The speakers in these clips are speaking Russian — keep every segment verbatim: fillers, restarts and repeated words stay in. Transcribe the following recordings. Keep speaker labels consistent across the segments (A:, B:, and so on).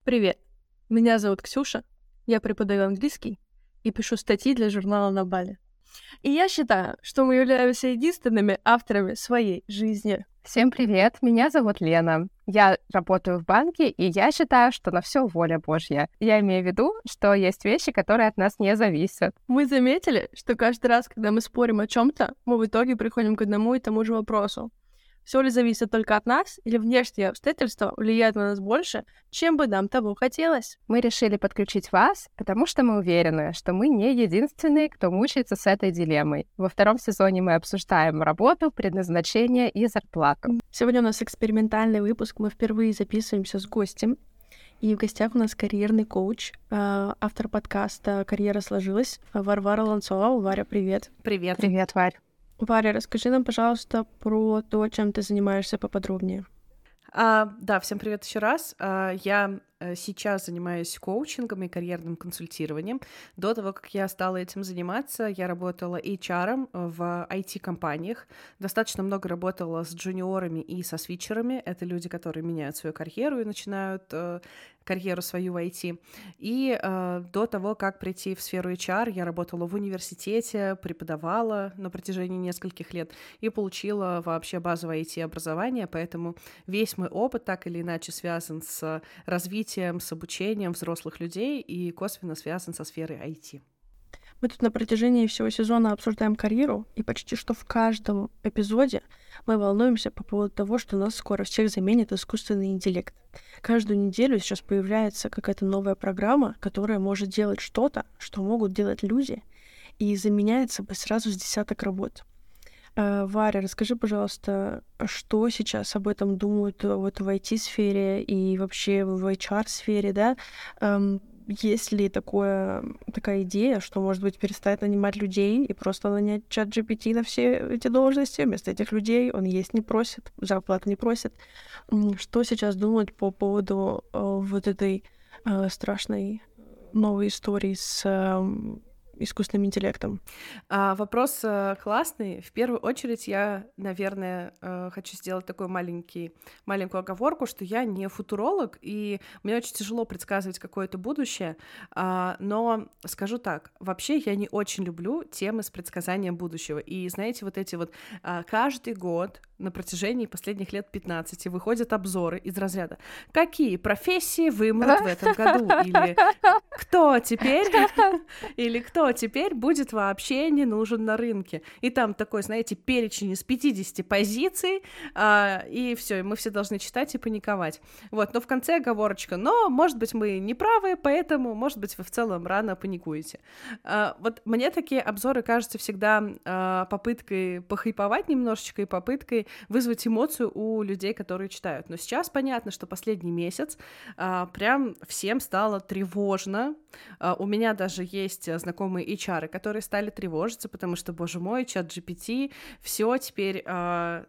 A: Привет, меня зовут Ксюша, я преподаю английский и пишу статьи для журнала «На Бали». И я считаю, что мы являемся единственными авторами своей жизни.
B: Всем привет, меня зовут Лена. Я работаю в банке, и я считаю, что на все воля Божья. Я имею в виду, что есть вещи, которые от нас не зависят.
A: Мы заметили, что каждый раз, когда мы спорим о чем-то, мы в итоге приходим к одному и тому же вопросу. Все ли зависит только от нас, или внешние обстоятельства влияют на нас больше, чем бы нам того хотелось?
B: Мы решили подключить вас, потому что мы уверены, что мы не единственные, кто мучается с этой дилеммой. Во втором сезоне мы обсуждаем работу, предназначение и зарплату.
A: Сегодня у нас экспериментальный выпуск, мы впервые записываемся с гостем. И в гостях у нас карьерный коуч, автор подкаста «Карьера сложилась» Варвара Ланцова. Варя, привет.
C: Привет.
B: Привет, Варь.
A: Варя, расскажи нам, пожалуйста, про то, чем ты занимаешься поподробнее.
C: А, да, всем привет еще раз. А, я сейчас занимаюсь коучингом и карьерным консультированием. До того, как я стала этим заниматься, я работала эйч ар в ай ти-компаниях. Достаточно много работала с джуниорами и со свитчерами. Это люди, которые меняют свою карьеру и начинают э, карьеру свою в ай ти. И э, до того, как прийти в сферу эйч ар, я работала в университете, преподавала на протяжении нескольких лет и получила вообще базовое ай ти-образование, поэтому весь мой опыт так или иначе связан с развитием, с обучением взрослых людей и косвенно связан со сферой ай ти.
A: Мы тут на протяжении всего сезона обсуждаем карьеру, и почти что в каждом эпизоде мы волнуемся по поводу того, что нас скоро всех заменит искусственный интеллект. Каждую неделю сейчас появляется какая-то новая программа, которая может делать что-то, что могут делать люди, и заменяется сразу с десяток работ. Варя, расскажи, пожалуйста, что сейчас об этом думают вот в ай ти-сфере и вообще в эйч ар-сфере, да? Есть ли такое, такая идея, что, может быть, перестать нанимать людей и просто нанять чат джи пи ти на все эти должности? Вместо этих людей он есть не просит, зарплату не просит. Что сейчас думают по поводу вот этой страшной новой истории с искусственным интеллектом?
C: А, вопрос э, классный. В первую очередь я, наверное, э, хочу сделать такую маленький, маленькую оговорку, что я не футуролог, и мне очень тяжело предсказывать какое-то будущее, а, но скажу так, вообще я не очень люблю темы с предсказанием будущего. И знаете, вот эти вот а, каждый год на протяжении последних лет пятнадцати выходят обзоры из разряда «Какие профессии вымрут в этом году?» или «Кто теперь?» или «Кто теперь будет вообще не нужен на рынке?» И там такой, знаете, перечень из пятидесяти позиций, а, и все, и мы все должны читать и паниковать. Вот, но в конце оговорочка, но, может быть, мы не правы, поэтому, может быть, вы в целом рано паникуете. А, вот мне такие обзоры кажутся всегда а, попыткой похайповать немножечко и попыткой вызвать эмоцию у людей, которые читают. Но сейчас понятно, что последний месяц а, прям всем стало тревожно. А, у меня даже есть знакомые эйч ар, которые стали тревожиться, потому что, боже мой, чат джи пи ти, все теперь а,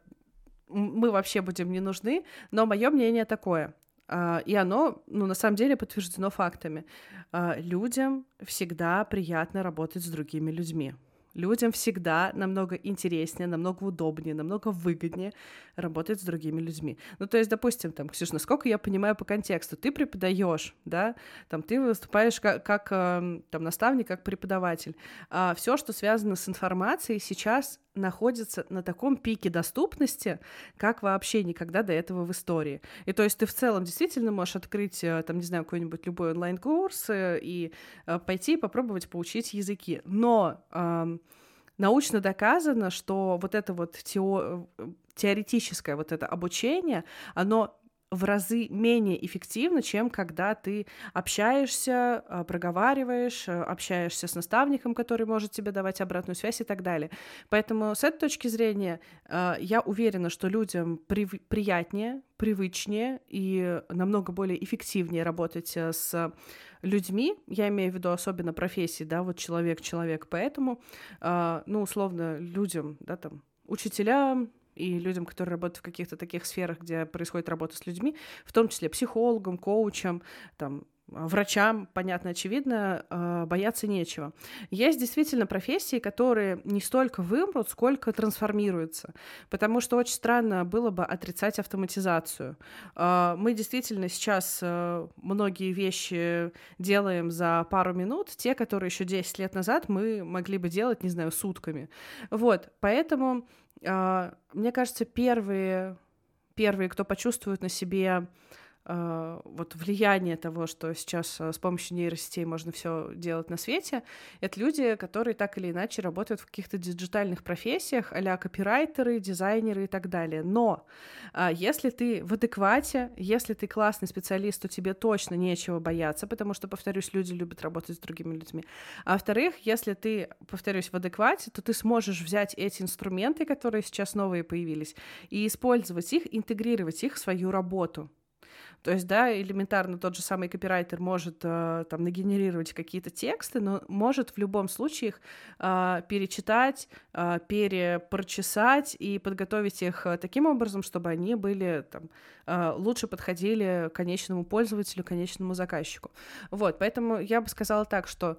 C: мы вообще будем не нужны. Но мое мнение такое. Uh, и оно, ну, на самом деле подтверждено фактами. Uh, людям всегда приятно работать с другими людьми. Людям всегда намного интереснее, намного удобнее, намного выгоднее работать с другими людьми. Ну, то есть, допустим, там, Ксюш, насколько я понимаю по контексту, ты преподаешь, да, там, ты выступаешь как, как там, наставник, как преподаватель. А все, что связано с информацией, сейчас находится на таком пике доступности, как вообще никогда до этого в истории. И то есть ты в целом действительно можешь открыть, там, не знаю, какой-нибудь любой онлайн-курс и пойти попробовать поучить языки. Но э, научно доказано, что вот это вот тео- теоретическое вот это обучение, оно в разы менее эффективно, чем когда ты общаешься, проговариваешь, общаешься с наставником, который может тебе давать обратную связь и так далее. Поэтому с этой точки зрения я уверена, что людям при- приятнее, привычнее и намного более эффективнее работать с людьми, я имею в виду особенно профессии, да, вот человек-человек, поэтому, ну, условно, людям, да, там, учителям, и людям, которые работают в каких-то таких сферах, где происходит работа с людьми, в том числе психологам, коучам, там, врачам, понятно, очевидно, э, бояться нечего. Есть действительно профессии, которые не столько вымрут, сколько трансформируются, потому что очень странно было бы отрицать автоматизацию. Э, мы действительно сейчас э, многие вещи делаем за пару минут, те, которые еще десять лет назад мы могли бы делать, не знаю, сутками. Вот, поэтому, э, мне кажется, первые, первые, кто почувствует на себе вот влияние того, что сейчас с помощью нейросетей можно все делать на свете, это люди, которые так или иначе работают в каких-то диджитальных профессиях, а-ля копирайтеры, дизайнеры и так далее. Но если ты в адеквате, если ты классный специалист, то тебе точно нечего бояться, потому что, повторюсь, люди любят работать с другими людьми. А во-вторых, если ты, повторюсь, в адеквате, то ты сможешь взять эти инструменты, которые сейчас новые появились, и использовать их, интегрировать их в свою работу. То есть, да, элементарно тот же самый копирайтер может э, там нагенерировать какие-то тексты, но может в любом случае их э, перечитать, э, перепрочесать и подготовить их таким образом, чтобы они были там, э, лучше подходили конечному пользователю, конечному заказчику. Вот, поэтому я бы сказала так, что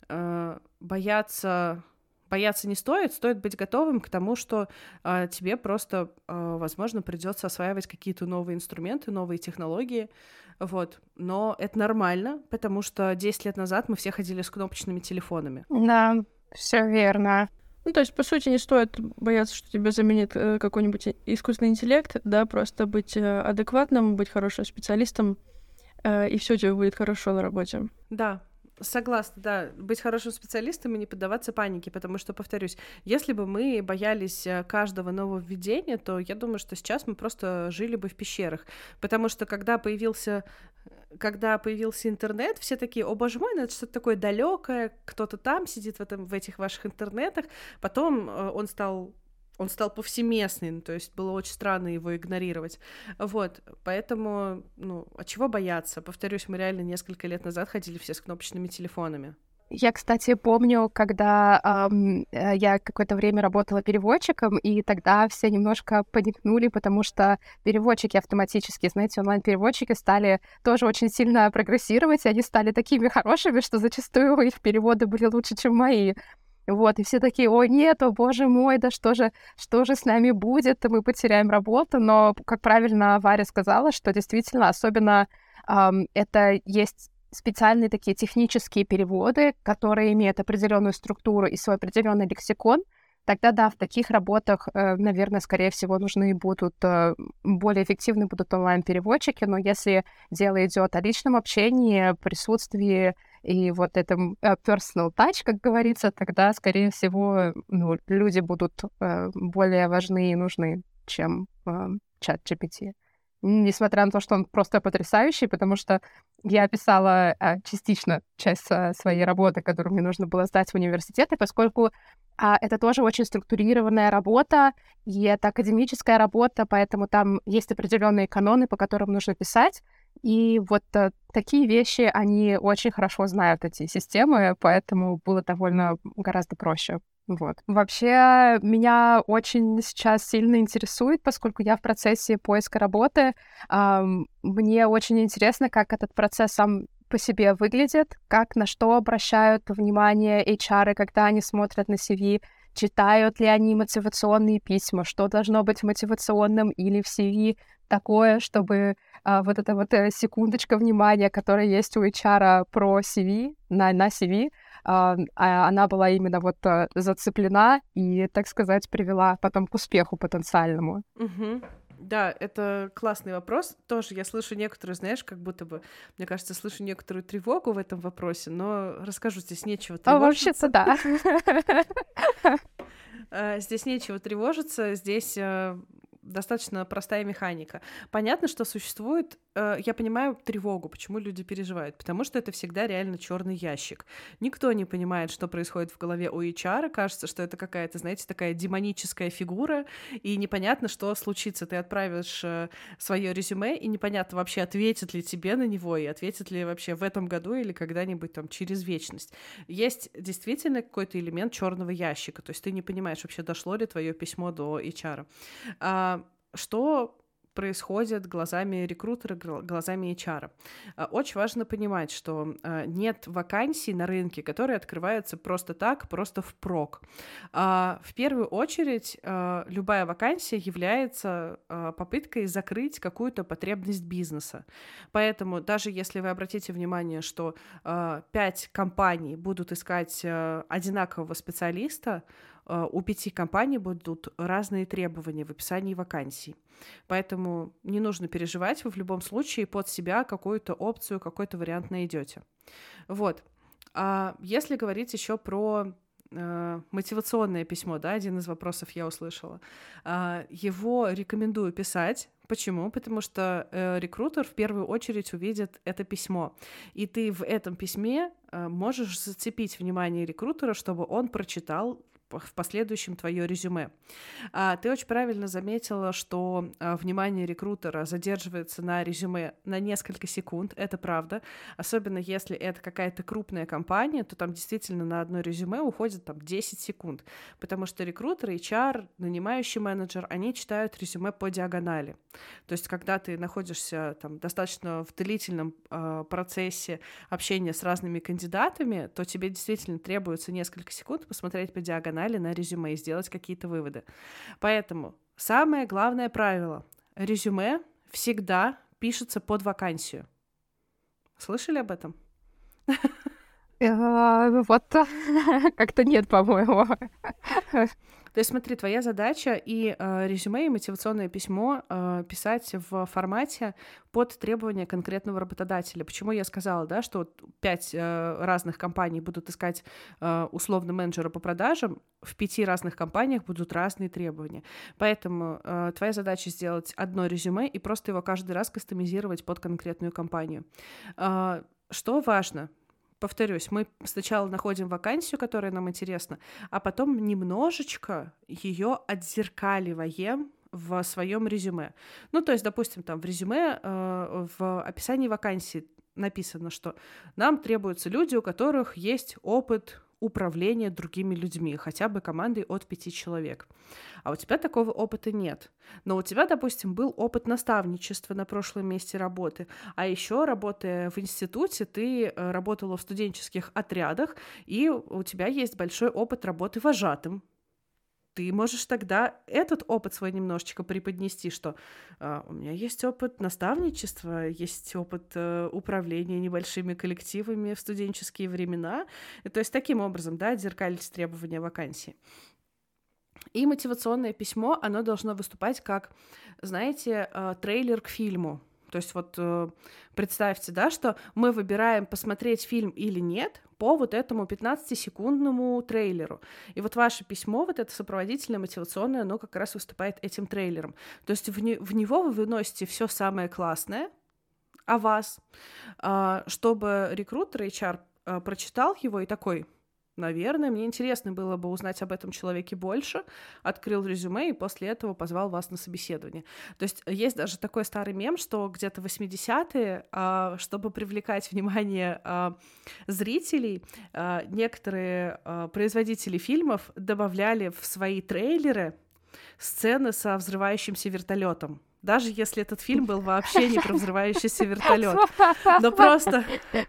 C: э, бояться... Бояться не стоит, стоит быть готовым к тому, что э, тебе просто, э, возможно, придется осваивать какие-то новые инструменты, новые технологии, вот. Но это нормально, потому что десять лет назад мы все ходили с кнопочными телефонами.
B: Да, все верно.
A: Ну, то есть, по сути, не стоит бояться, что тебя заменит э, какой-нибудь искусственный интеллект, да, просто быть э, адекватным, быть хорошим специалистом, э, и все у тебя будет хорошо на работе.
C: Да. Согласна, да, быть хорошим специалистом и не поддаваться панике, потому что, повторюсь, если бы мы боялись каждого нововведения, то я думаю, что сейчас мы просто жили бы в пещерах, потому что когда появился, когда появился интернет, все такие: о боже мой, ну это что-то такое далекое, кто-то там сидит в, этом, в этих ваших интернетах, потом он стал... Он стал повсеместным, то есть было очень странно его игнорировать. Вот, поэтому, ну, а чего бояться? Повторюсь, мы реально несколько лет назад ходили все с кнопочными телефонами.
B: Я, кстати, помню, когда эм, я какое-то время работала переводчиком, и тогда все немножко паникнули, потому что переводчики автоматические, знаете, онлайн-переводчики стали тоже очень сильно прогрессировать, и они стали такими хорошими, что зачастую их переводы были лучше, чем мои. Вот, и все такие: ой, нет, о боже мой, да что же, что же с нами будет, мы потеряем работу. Но, как правильно Варя сказала, что действительно, особенно эм, это есть специальные такие технические переводы, которые имеют определенную структуру и свой определенный лексикон. Тогда, да, в таких работах, э, наверное, скорее всего, нужны будут, э, более эффективны будут онлайн-переводчики, но если дело идет о личном общении, присутствии и вот этом э, personal touch, как говорится, тогда, скорее всего, ну, люди будут э, более важны и нужны, чем э, чат джи пи ти. Несмотря на то, что он просто потрясающий, потому что я писала а, частично часть а, своей работы, которую мне нужно было сдать в университете, поскольку а, это тоже очень структурированная работа, и это академическая работа, поэтому там есть определенные каноны, по которым нужно писать, и вот а, такие вещи, они очень хорошо знают эти системы, поэтому было довольно гораздо проще. Вот. Вообще, меня очень сейчас сильно интересует, поскольку я в процессе поиска работы. Эм, мне очень интересно, как этот процесс сам по себе выглядит, как на что обращают внимание эйч ар, когда они смотрят на си ви, читают ли они мотивационные письма, что должно быть мотивационным или в си ви такое, чтобы э, вот эта вот э, секундочка внимания, которая есть у эйч ар про си ви, на, на си ви, Uh, она была именно вот uh, зацеплена и, так сказать, привела потом к успеху потенциальному.
C: Угу. Да, это классный вопрос. Тоже я слышу некоторую, знаешь, как будто бы, мне кажется, слышу некоторую тревогу в этом вопросе, но расскажу, здесь нечего тревожиться.
B: А, вообще-то
C: да. Здесь нечего тревожиться, здесь достаточно простая механика. Понятно, что существует, э, я понимаю тревогу, почему люди переживают, потому что это всегда реально черный ящик. Никто не понимает, что происходит в голове у эйч ар, кажется, что это какая-то, знаете, такая демоническая фигура, и непонятно, что случится. Ты отправишь э, свое резюме, и непонятно вообще, ответит ли тебе на него, и ответит ли вообще в этом году или когда-нибудь там через вечность. Есть действительно какой-то элемент черного ящика, то есть ты не понимаешь вообще, дошло ли твое письмо до эйч ар. Что происходит глазами рекрутера, глазами эйч ар. Очень важно понимать, что нет вакансий на рынке, которые открываются просто так, просто впрок. В первую очередь, любая вакансия является попыткой закрыть какую-то потребность бизнеса. Поэтому даже если вы обратите внимание, что пять компаний будут искать одинакового специалиста, у пяти компаний будут разные требования в описании вакансий. Поэтому не нужно переживать, вы в любом случае под себя какую-то опцию, какой-то вариант найдете. Вот. А если говорить еще про э, мотивационное письмо, да, один из вопросов я услышала, э, его рекомендую писать. Почему? Потому что э, рекрутер в первую очередь увидит это письмо, и ты в этом письме э, можешь зацепить внимание рекрутера, чтобы он прочитал в последующем твое резюме. А, ты очень правильно заметила, что а, внимание рекрутера задерживается на резюме на несколько секунд. Это правда. Особенно если это какая-то крупная компания, то там действительно на одно резюме уходит там десять секунд. Потому что рекрутер, эйч ар, нанимающий менеджер, они читают резюме по диагонали. То есть когда ты находишься там достаточно в длительном а, процессе общения с разными кандидатами, то тебе действительно требуется несколько секунд посмотреть по диагонали на резюме и сделать какие-то выводы. Поэтому самое главное правило: резюме всегда пишется под вакансию. Слышали об этом?
B: Вот как-то нет, по-моему.
C: То есть смотри, твоя задача и э, резюме, и мотивационное письмо э, писать в формате под требования конкретного работодателя. Почему я сказала, да, что пять э, разных компаний будут искать э, условно менеджера по продажам, в пяти разных компаниях будут разные требования. Поэтому э, твоя задача сделать одно резюме и просто его каждый раз кастомизировать под конкретную компанию. Э, что важно? Повторюсь, мы сначала находим вакансию, которая нам интересна, а потом немножечко ее отзеркаливаем в своем резюме. Ну, то есть, допустим, там в резюме, э, в описании вакансии написано, что нам требуются люди, у которых есть опыт управления другими людьми, хотя бы командой от пяти человек. А у тебя такого опыта нет. Но у тебя, допустим, был опыт наставничества на прошлом месте работы, а еще, работая в институте, ты работала в студенческих отрядах, и у тебя есть большой опыт работы вожатым. Ты можешь тогда этот опыт свой немножечко преподнести, что а, у меня есть опыт наставничества, есть опыт э, управления небольшими коллективами в студенческие времена. И, то есть таким образом, да, отзеркалить требования вакансии. И мотивационное письмо, оно должно выступать как, знаете, э, трейлер к фильму. То есть вот э, представьте, да, что мы выбираем посмотреть фильм или нет по вот этому пятнадцатисекундному трейлеру. И вот ваше письмо, вот это сопроводительное, мотивационное, оно как раз выступает этим трейлером. То есть в, не, в него вы выносите все самое классное о вас, э, чтобы рекрутер, эйч ар э, прочитал его и такой: наверное, мне интересно было бы узнать об этом человеке больше, открыл резюме и после этого позвал вас на собеседование. То есть есть даже такой старый мем, что где-то в восьмидесятые, чтобы привлекать внимание зрителей, некоторые производители фильмов добавляли в свои трейлеры сцены со взрывающимся вертолетом. Даже если этот фильм был вообще не про взрывающийся вертолет. Но просто...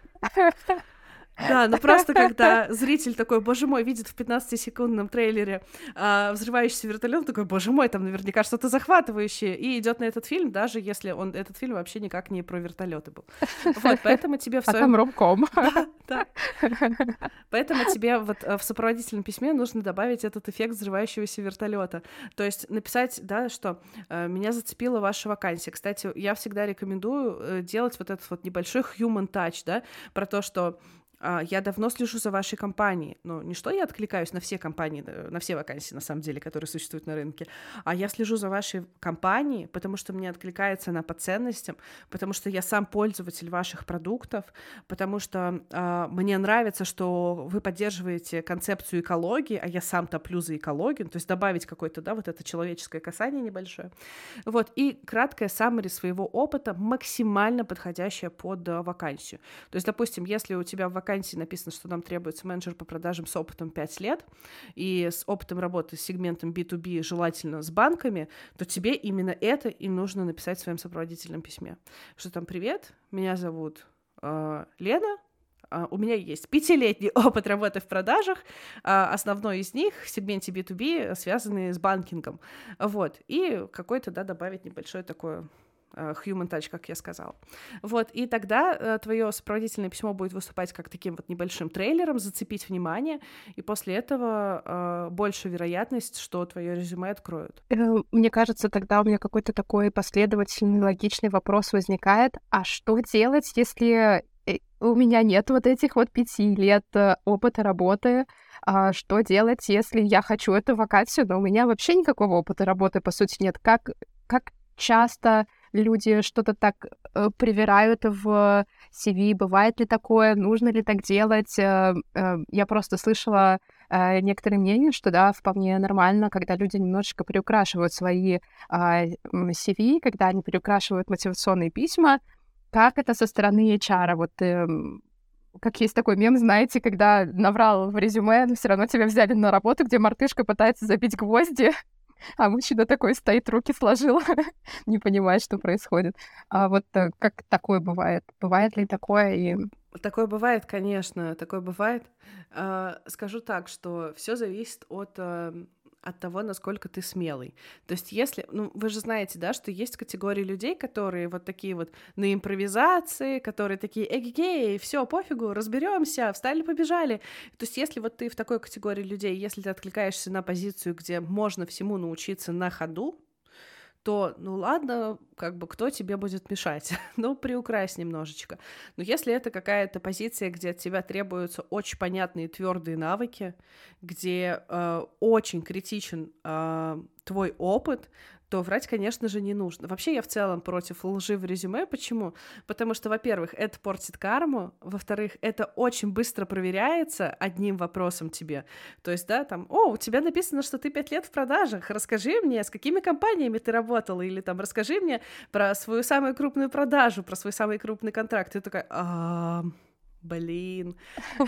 C: Да, ну просто когда зритель такой: боже мой, видит в пятнадцатисекундном трейлере а, взрывающийся вертолет, такой: боже мой, там наверняка что-то захватывающее, и идет на этот фильм, даже если он этот фильм вообще никак не про вертолеты был. Вот, поэтому тебе в своем...
B: А там ромком.
C: Да, да. Поэтому тебе вот в сопроводительном письме нужно добавить этот эффект взрывающегося вертолета. То есть написать, да, что меня зацепила ваша вакансия. Кстати, я всегда рекомендую делать вот этот вот небольшой human touch, да, про то, что я давно слежу за вашей компанией. Ну, не что я откликаюсь на все компании, на все вакансии, на самом деле, которые существуют на рынке, а я слежу за вашей компанией, потому что мне откликается она по ценностям, потому что я сам пользователь ваших продуктов, потому что э, мне нравится, что вы поддерживаете концепцию экологии, а я сам топлю за экологию, то есть добавить какое-то, да, вот это человеческое касание небольшое. Вот, и краткое саммари своего опыта, максимально подходящее под э, вакансию. То есть, допустим, если у тебя в вакансии вакансии написано, что нам требуется менеджер по продажам с опытом пять лет и с опытом работы с сегментом би ту би, желательно с банками, то тебе именно это и нужно написать в своем сопроводительном письме. Что там: «Привет, меня зовут э, Лена, Uh, у меня есть пятилетний опыт работы в продажах, uh, основной из них в сегменте би ту би, связанный с банкингом». Вот. И какой-то, да, добавить небольшой такой uh, human touch, как я сказала. Вот. И тогда uh, твое сопроводительное письмо будет выступать как таким вот небольшим трейлером, зацепить внимание, и после этого uh, больше вероятность, что твое резюме откроют.
B: Мне кажется, тогда у меня какой-то такой последовательный, логичный вопрос возникает: а что делать, если у меня нет вот этих вот пяти лет опыта работы? А что делать, если я хочу эту вакансию, но у меня вообще никакого опыта работы, по сути, нет? Как, как часто люди что-то так э, привирают в си ви? Бывает ли такое? Нужно ли так делать? Э, э, я просто слышала э, некоторые мнения, что, да, вполне нормально, когда люди немножечко приукрашивают свои э, си ви, когда они приукрашивают мотивационные письма. Как это со стороны эйч ар? Вот э, как есть такой мем, знаете, когда наврал в резюме, но все равно тебя взяли на работу, где мартышка пытается забить гвозди, а мужчина такой стоит, руки сложил, не понимает, что происходит. А вот э, как такое бывает? Бывает ли такое? И...
C: Такое бывает, конечно, такое бывает. Э, скажу так, что все зависит от... Э... от того, насколько ты смелый. То есть если... Ну, вы же знаете, да, что есть категории людей, которые вот такие вот на импровизации, которые такие: эгегей, все, пофигу, разберемся, встали, побежали. То есть если вот ты в такой категории людей, если ты откликаешься на позицию, где можно всему научиться на ходу, то, ну ладно, как бы кто тебе будет мешать? Ну, приукрась немножечко. Но если это какая-то позиция, где от тебя требуются очень понятные твердые навыки, где э, очень критичен э, твой опыт, то врать, конечно же, не нужно. Вообще, я в целом против лжи в резюме. Почему? Потому что, во-первых, это портит карму, во-вторых, это очень быстро проверяется одним вопросом тебе. То есть, да, там: «О, у тебя написано, что ты пять лет в продажах, расскажи мне, с какими компаниями ты работала», или там: «Расскажи мне про свою самую крупную продажу, про свой самый крупный контракт». Ты такая: а блин.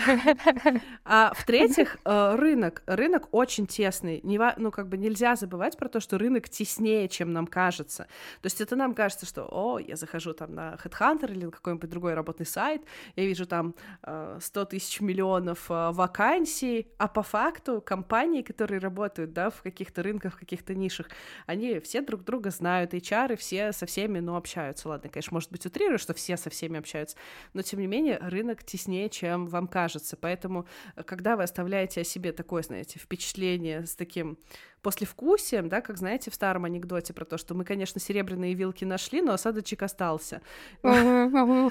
C: А в-третьих, рынок. Рынок очень тесный. Ну, как бы нельзя забывать про то, что рынок теснее, чем нам кажется. То есть это нам кажется, что: о, я захожу там на HeadHunter или на какой-нибудь другой работный сайт, я вижу там сто тысяч миллионов вакансий, а по факту компании, которые работают, да, в каких-то рынках, в каких-то нишах, они все друг друга знают, эйч ар все со всеми, ну, общаются. Ладно, конечно, может быть, утрирую, что все со всеми общаются, но, тем не менее, рынок теснее, чем вам кажется. Поэтому, когда вы оставляете о себе такое, знаете, впечатление с таким послевкусием, да, как, знаете, в старом анекдоте про то, что мы, конечно, серебряные вилки нашли, но осадочек остался. Когда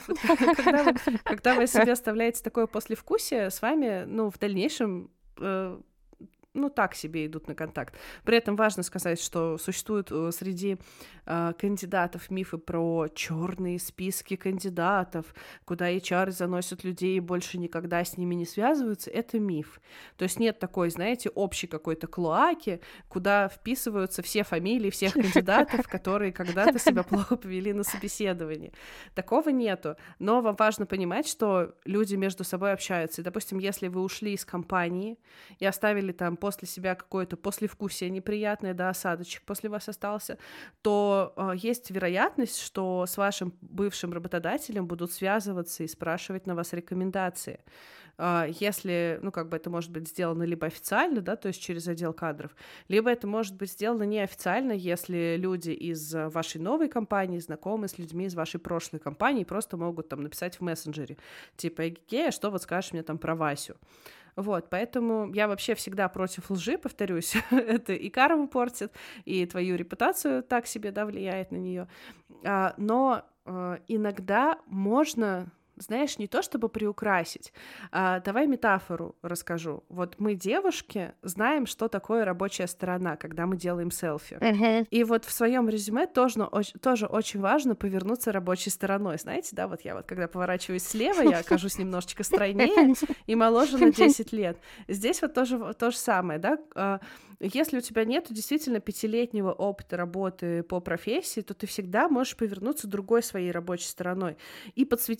C: вы о себе оставляете такое послевкусие, с вами, ну, в дальнейшем ну, так себе идут на контакт. При этом важно сказать, что существуют среди э, кандидатов мифы про черные списки кандидатов, куда эйч ар заносят людей и больше никогда с ними не связываются. Это миф. То есть нет такой, знаете, общей какой-то клоаки, куда вписываются все фамилии всех кандидатов, которые когда-то себя плохо повели на собеседовании. Такого нету. Но вам важно понимать, что люди между собой общаются. И, допустим, если вы ушли из компании и оставили там после себя какое-то послевкусие неприятное, да, осадочек после вас остался, то э, есть вероятность, что с вашим бывшим работодателем будут связываться и спрашивать на вас рекомендации. Э, если, ну, как бы это может быть сделано либо официально, да, то есть через отдел кадров, либо это может быть сделано неофициально, если люди из вашей новой компании знакомы с людьми из вашей прошлой компании, просто могут там написать в мессенджере, типа: «Эгегей, что вот скажешь мне там про Васю?» Вот, поэтому я вообще всегда против лжи, повторюсь, это и карму портит, и твою репутацию так себе, да, влияет на нее. А, но а, иногда можно, знаешь, не то чтобы приукрасить, а, давай метафору расскажу. Вот мы, девушки, знаем, что такое рабочая сторона, когда мы делаем селфи. Uh-huh. И вот в своем резюме тоже, тоже очень важно повернуться рабочей стороной. Знаете, да, вот я вот когда поворачиваюсь слева, я окажусь немножечко стройнее и моложе на десять лет. Здесь вот тоже то же самое, да. Если у тебя нет действительно пятилетнего опыта работы по профессии, то ты всегда можешь повернуться другой своей рабочей стороной и подсветить другим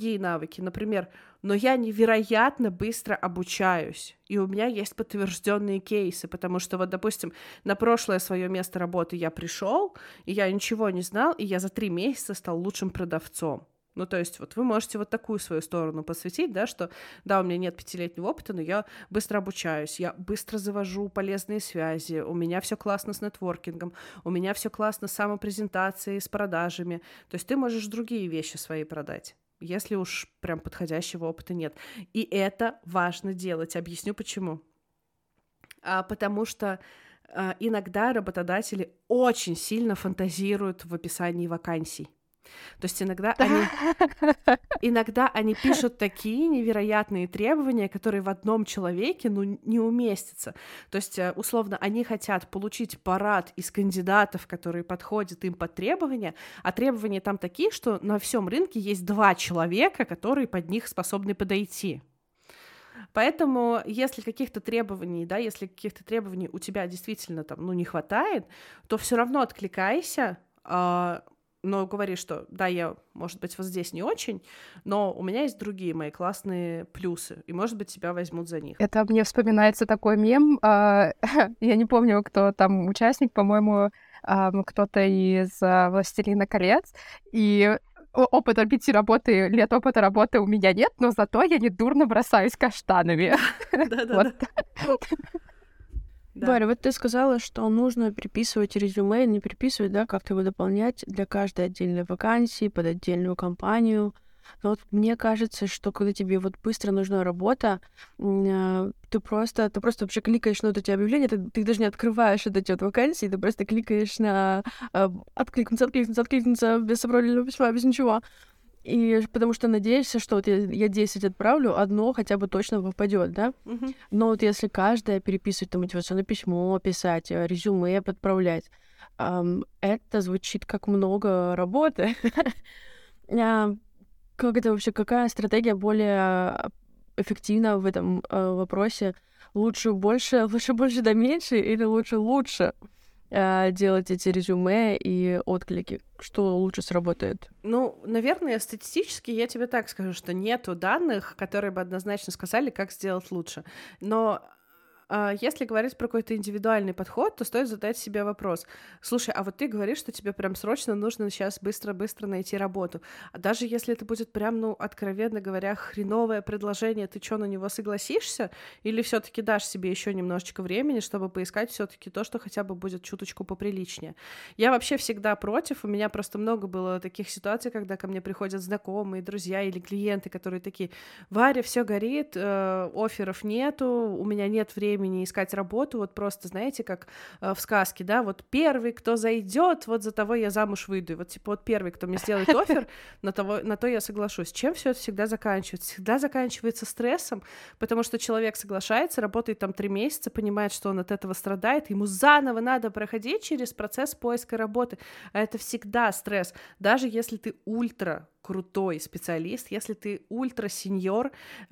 C: другие навыки, например, но я невероятно быстро обучаюсь, и у меня есть подтвержденные кейсы, потому что вот, допустим, на прошлое свое место работы я пришел, и я ничего не знал, и я за три месяца стал лучшим продавцом. Ну, то есть вот вы можете вот такую свою сторону посвятить, да, что, да, у меня нет пятилетнего опыта, но я быстро обучаюсь, я быстро завожу полезные связи, у меня все классно с нетворкингом, у меня все классно с самопрезентацией, с продажами. То есть ты можешь другие вещи свои продать, если уж прям подходящего опыта нет. И это важно делать. Объясню почему. А, потому что а, иногда работодатели очень сильно фантазируют в описании вакансий. То есть иногда они, иногда они пишут такие невероятные требования, которые в одном человеке, ну, не уместятся. То есть, условно, они хотят получить парад из кандидатов, которые подходят им под требования, а требования там такие, что на всем рынке есть два человека, которые под них способны подойти. Поэтому, если каких-то требований, да, если каких-то требований у тебя действительно там, ну, не хватает, то все равно откликайся, но говори, что да, я, может быть, вот здесь не очень, но у меня есть другие мои классные плюсы, и, может быть, тебя возьмут за них.
B: Это мне вспоминается такой мем, я не помню, кто там участник, по-моему, кто-то из «Властелина колец», и опыта пяти работы, лет опыта работы у меня нет, но зато я недурно бросаюсь каштанами.
A: Да-да-да. Да. Варя, вот ты сказала, что нужно переписывать резюме, не переписывать, да, как-то его дополнять для каждой отдельной вакансии, под отдельную компанию. Но вот мне кажется, что когда тебе вот быстро нужна работа, ты просто, ты просто вообще кликаешь на вот эти объявления, ты, ты даже не открываешь вот эти вот вакансии, ты просто кликаешь на откликнуться, откликнуться, откликнуться без сопроводительного письма, без ничего. И потому что надеешься, что вот я, я десять отправлю, одно хотя бы точно попадет, да?
C: Uh-huh.
A: Но вот если каждая переписывать там мотивационное письмо, писать, резюме подправлять, эм, это звучит как много работы. Как это вообще, какая стратегия более эффективна в этом вопросе? Лучше больше, лучше больше да меньше или лучше лучше? Делать эти резюме и отклики? Что лучше сработает?
C: Ну, наверное, статистически я тебе так скажу, что нету данных, которые бы однозначно сказали, как сделать лучше. Но э, если говорить про какой-то индивидуальный подход, то стоит задать себе вопрос. Слушай, а вот ты говоришь, что тебе прям срочно нужно сейчас быстро-быстро найти работу. А даже если это будет прям, ну, откровенно говоря, хреновое предложение, ты что, на него согласишься? Или все-таки дашь себе еще немножечко времени, чтобы поискать все-таки то, что хотя бы будет чуточку поприличнее? Я вообще всегда против. У меня просто много было таких ситуаций, когда ко мне приходят знакомые, друзья или клиенты, которые такие: Варя, все горит, э, офферов нету, у меня нет времени искать работу. Вот просто, знаете, как э, в сказке, да, вот первый, кто зайдет, вот за того я замуж выйду. И вот типа вот первый, кто мне сделает оффер, на, того, на то я соглашусь. Чем все это всегда заканчивается? Всегда заканчивается стрессом, потому что человек соглашается, работает там три месяца, понимает, что он от этого страдает, ему заново надо проходить через процесс поиска работы. А это всегда стресс. Даже если ты ультра крутой специалист, если ты ультра-сеньор,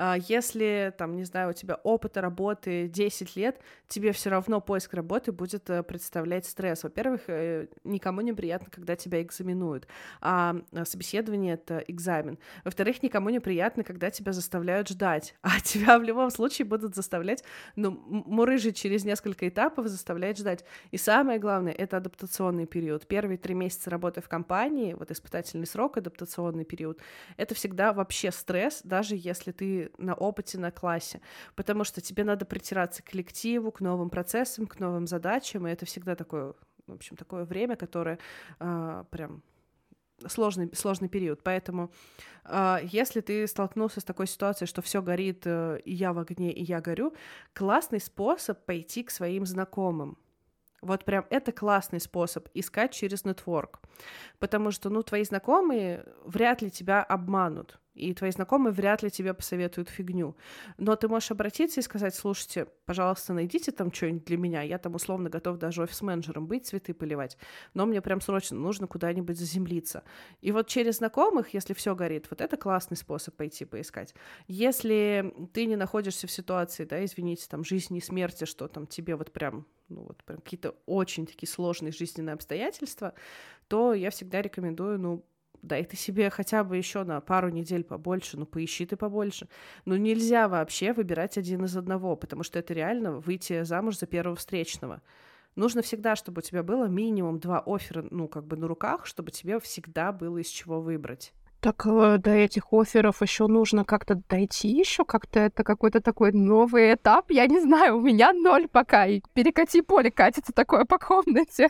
C: если, там, не знаю, у тебя опыта работы десять лет, тебе все равно поиск работы будет представлять стресс. Во-первых, никому не приятно, когда тебя экзаменуют, а собеседование — это экзамен. Во-вторых, никому не приятно, когда тебя заставляют ждать, а тебя в любом случае будут заставлять, ну, мурыжить через несколько этапов, заставлять ждать. И самое главное — это адаптационный период. Первые три месяца работы в компании, вот испытательный срок, адаптационный период, это всегда вообще стресс, даже если ты на опыте, на классе, потому что тебе надо притираться к коллективу, к новым процессам, к новым задачам, и это всегда такое, в общем, такое время, которое э, прям сложный, сложный период. Поэтому э, если ты столкнулся с такой ситуацией, что все горит, э, и я в огне, и я горю, классный способ пойти к своим знакомым. Вот прям это классный способ искать через нетворк, потому что, ну, твои знакомые вряд ли тебя обманут, и твои знакомые вряд ли тебе посоветуют фигню, но ты можешь обратиться и сказать: слушайте, пожалуйста, найдите там что-нибудь для меня, я там условно готов даже офис-менеджером быть, цветы поливать, но мне прям срочно нужно куда-нибудь заземлиться. И вот через знакомых, если все горит, вот это классный способ пойти поискать. Если ты не находишься в ситуации, да, извините, там, жизни и смерти, что там тебе вот прям, ну вот прям какие-то очень такие сложные жизненные обстоятельства, то я всегда рекомендую, ну, дай ты себе хотя бы еще на пару недель побольше, ну, поищи ты побольше. Ну, нельзя вообще выбирать один из одного, потому что это реально выйти замуж за первого встречного. Нужно всегда, чтобы у тебя было минимум два оффера, ну, как бы на руках, чтобы тебе всегда было из чего выбрать.
B: Так э, до этих офферов еще нужно как-то дойти еще, как-то это какой-то такой новый этап. Я не знаю, у меня ноль пока, и перекати поле катится такое по комнате.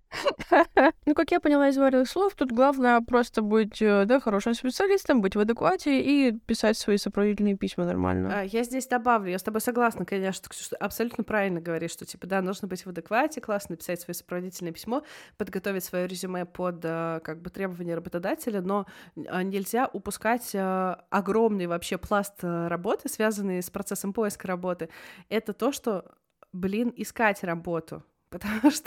A: Ну, как я поняла из вариных слов, тут главное просто быть, э, да, хорошим специалистом, быть в адеквате и писать свои сопроводительные письма нормально.
C: А, Я здесь добавлю, я с тобой согласна, конечно, Ксюш, ты абсолютно правильно говоришь, что, типа, да, нужно быть в адеквате, классно написать свое сопроводительное письмо, подготовить свое резюме под, э, как бы, требования работодателя, но а, нельзя упускать э, огромный вообще пласт э, работы, связанный с процессом поиска работы. Это то, что, блин, искать работу. Потому что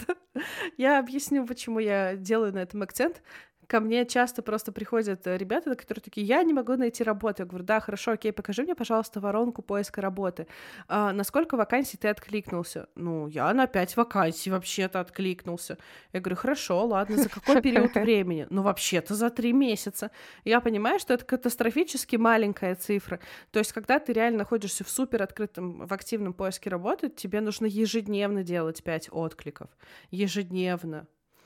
C: я объясню, почему я делаю на этом акцент. Ко мне часто просто приходят э, ребята, которые такие: я не могу найти работу. Я говорю: да, хорошо, окей, покажи мне, пожалуйста, воронку поиска работы. А, на сколько вакансий ты откликнулся? Ну, я на пять вакансий вообще-то откликнулся. Я говорю: хорошо, ладно, за какой период времени? Ну, вообще-то за три месяца. Я понимаю, что это катастрофически маленькая цифра. То есть, когда ты реально находишься в супер открытом, в активном поиске работы, тебе нужно ежедневно делать пять откликов. Ежедневно.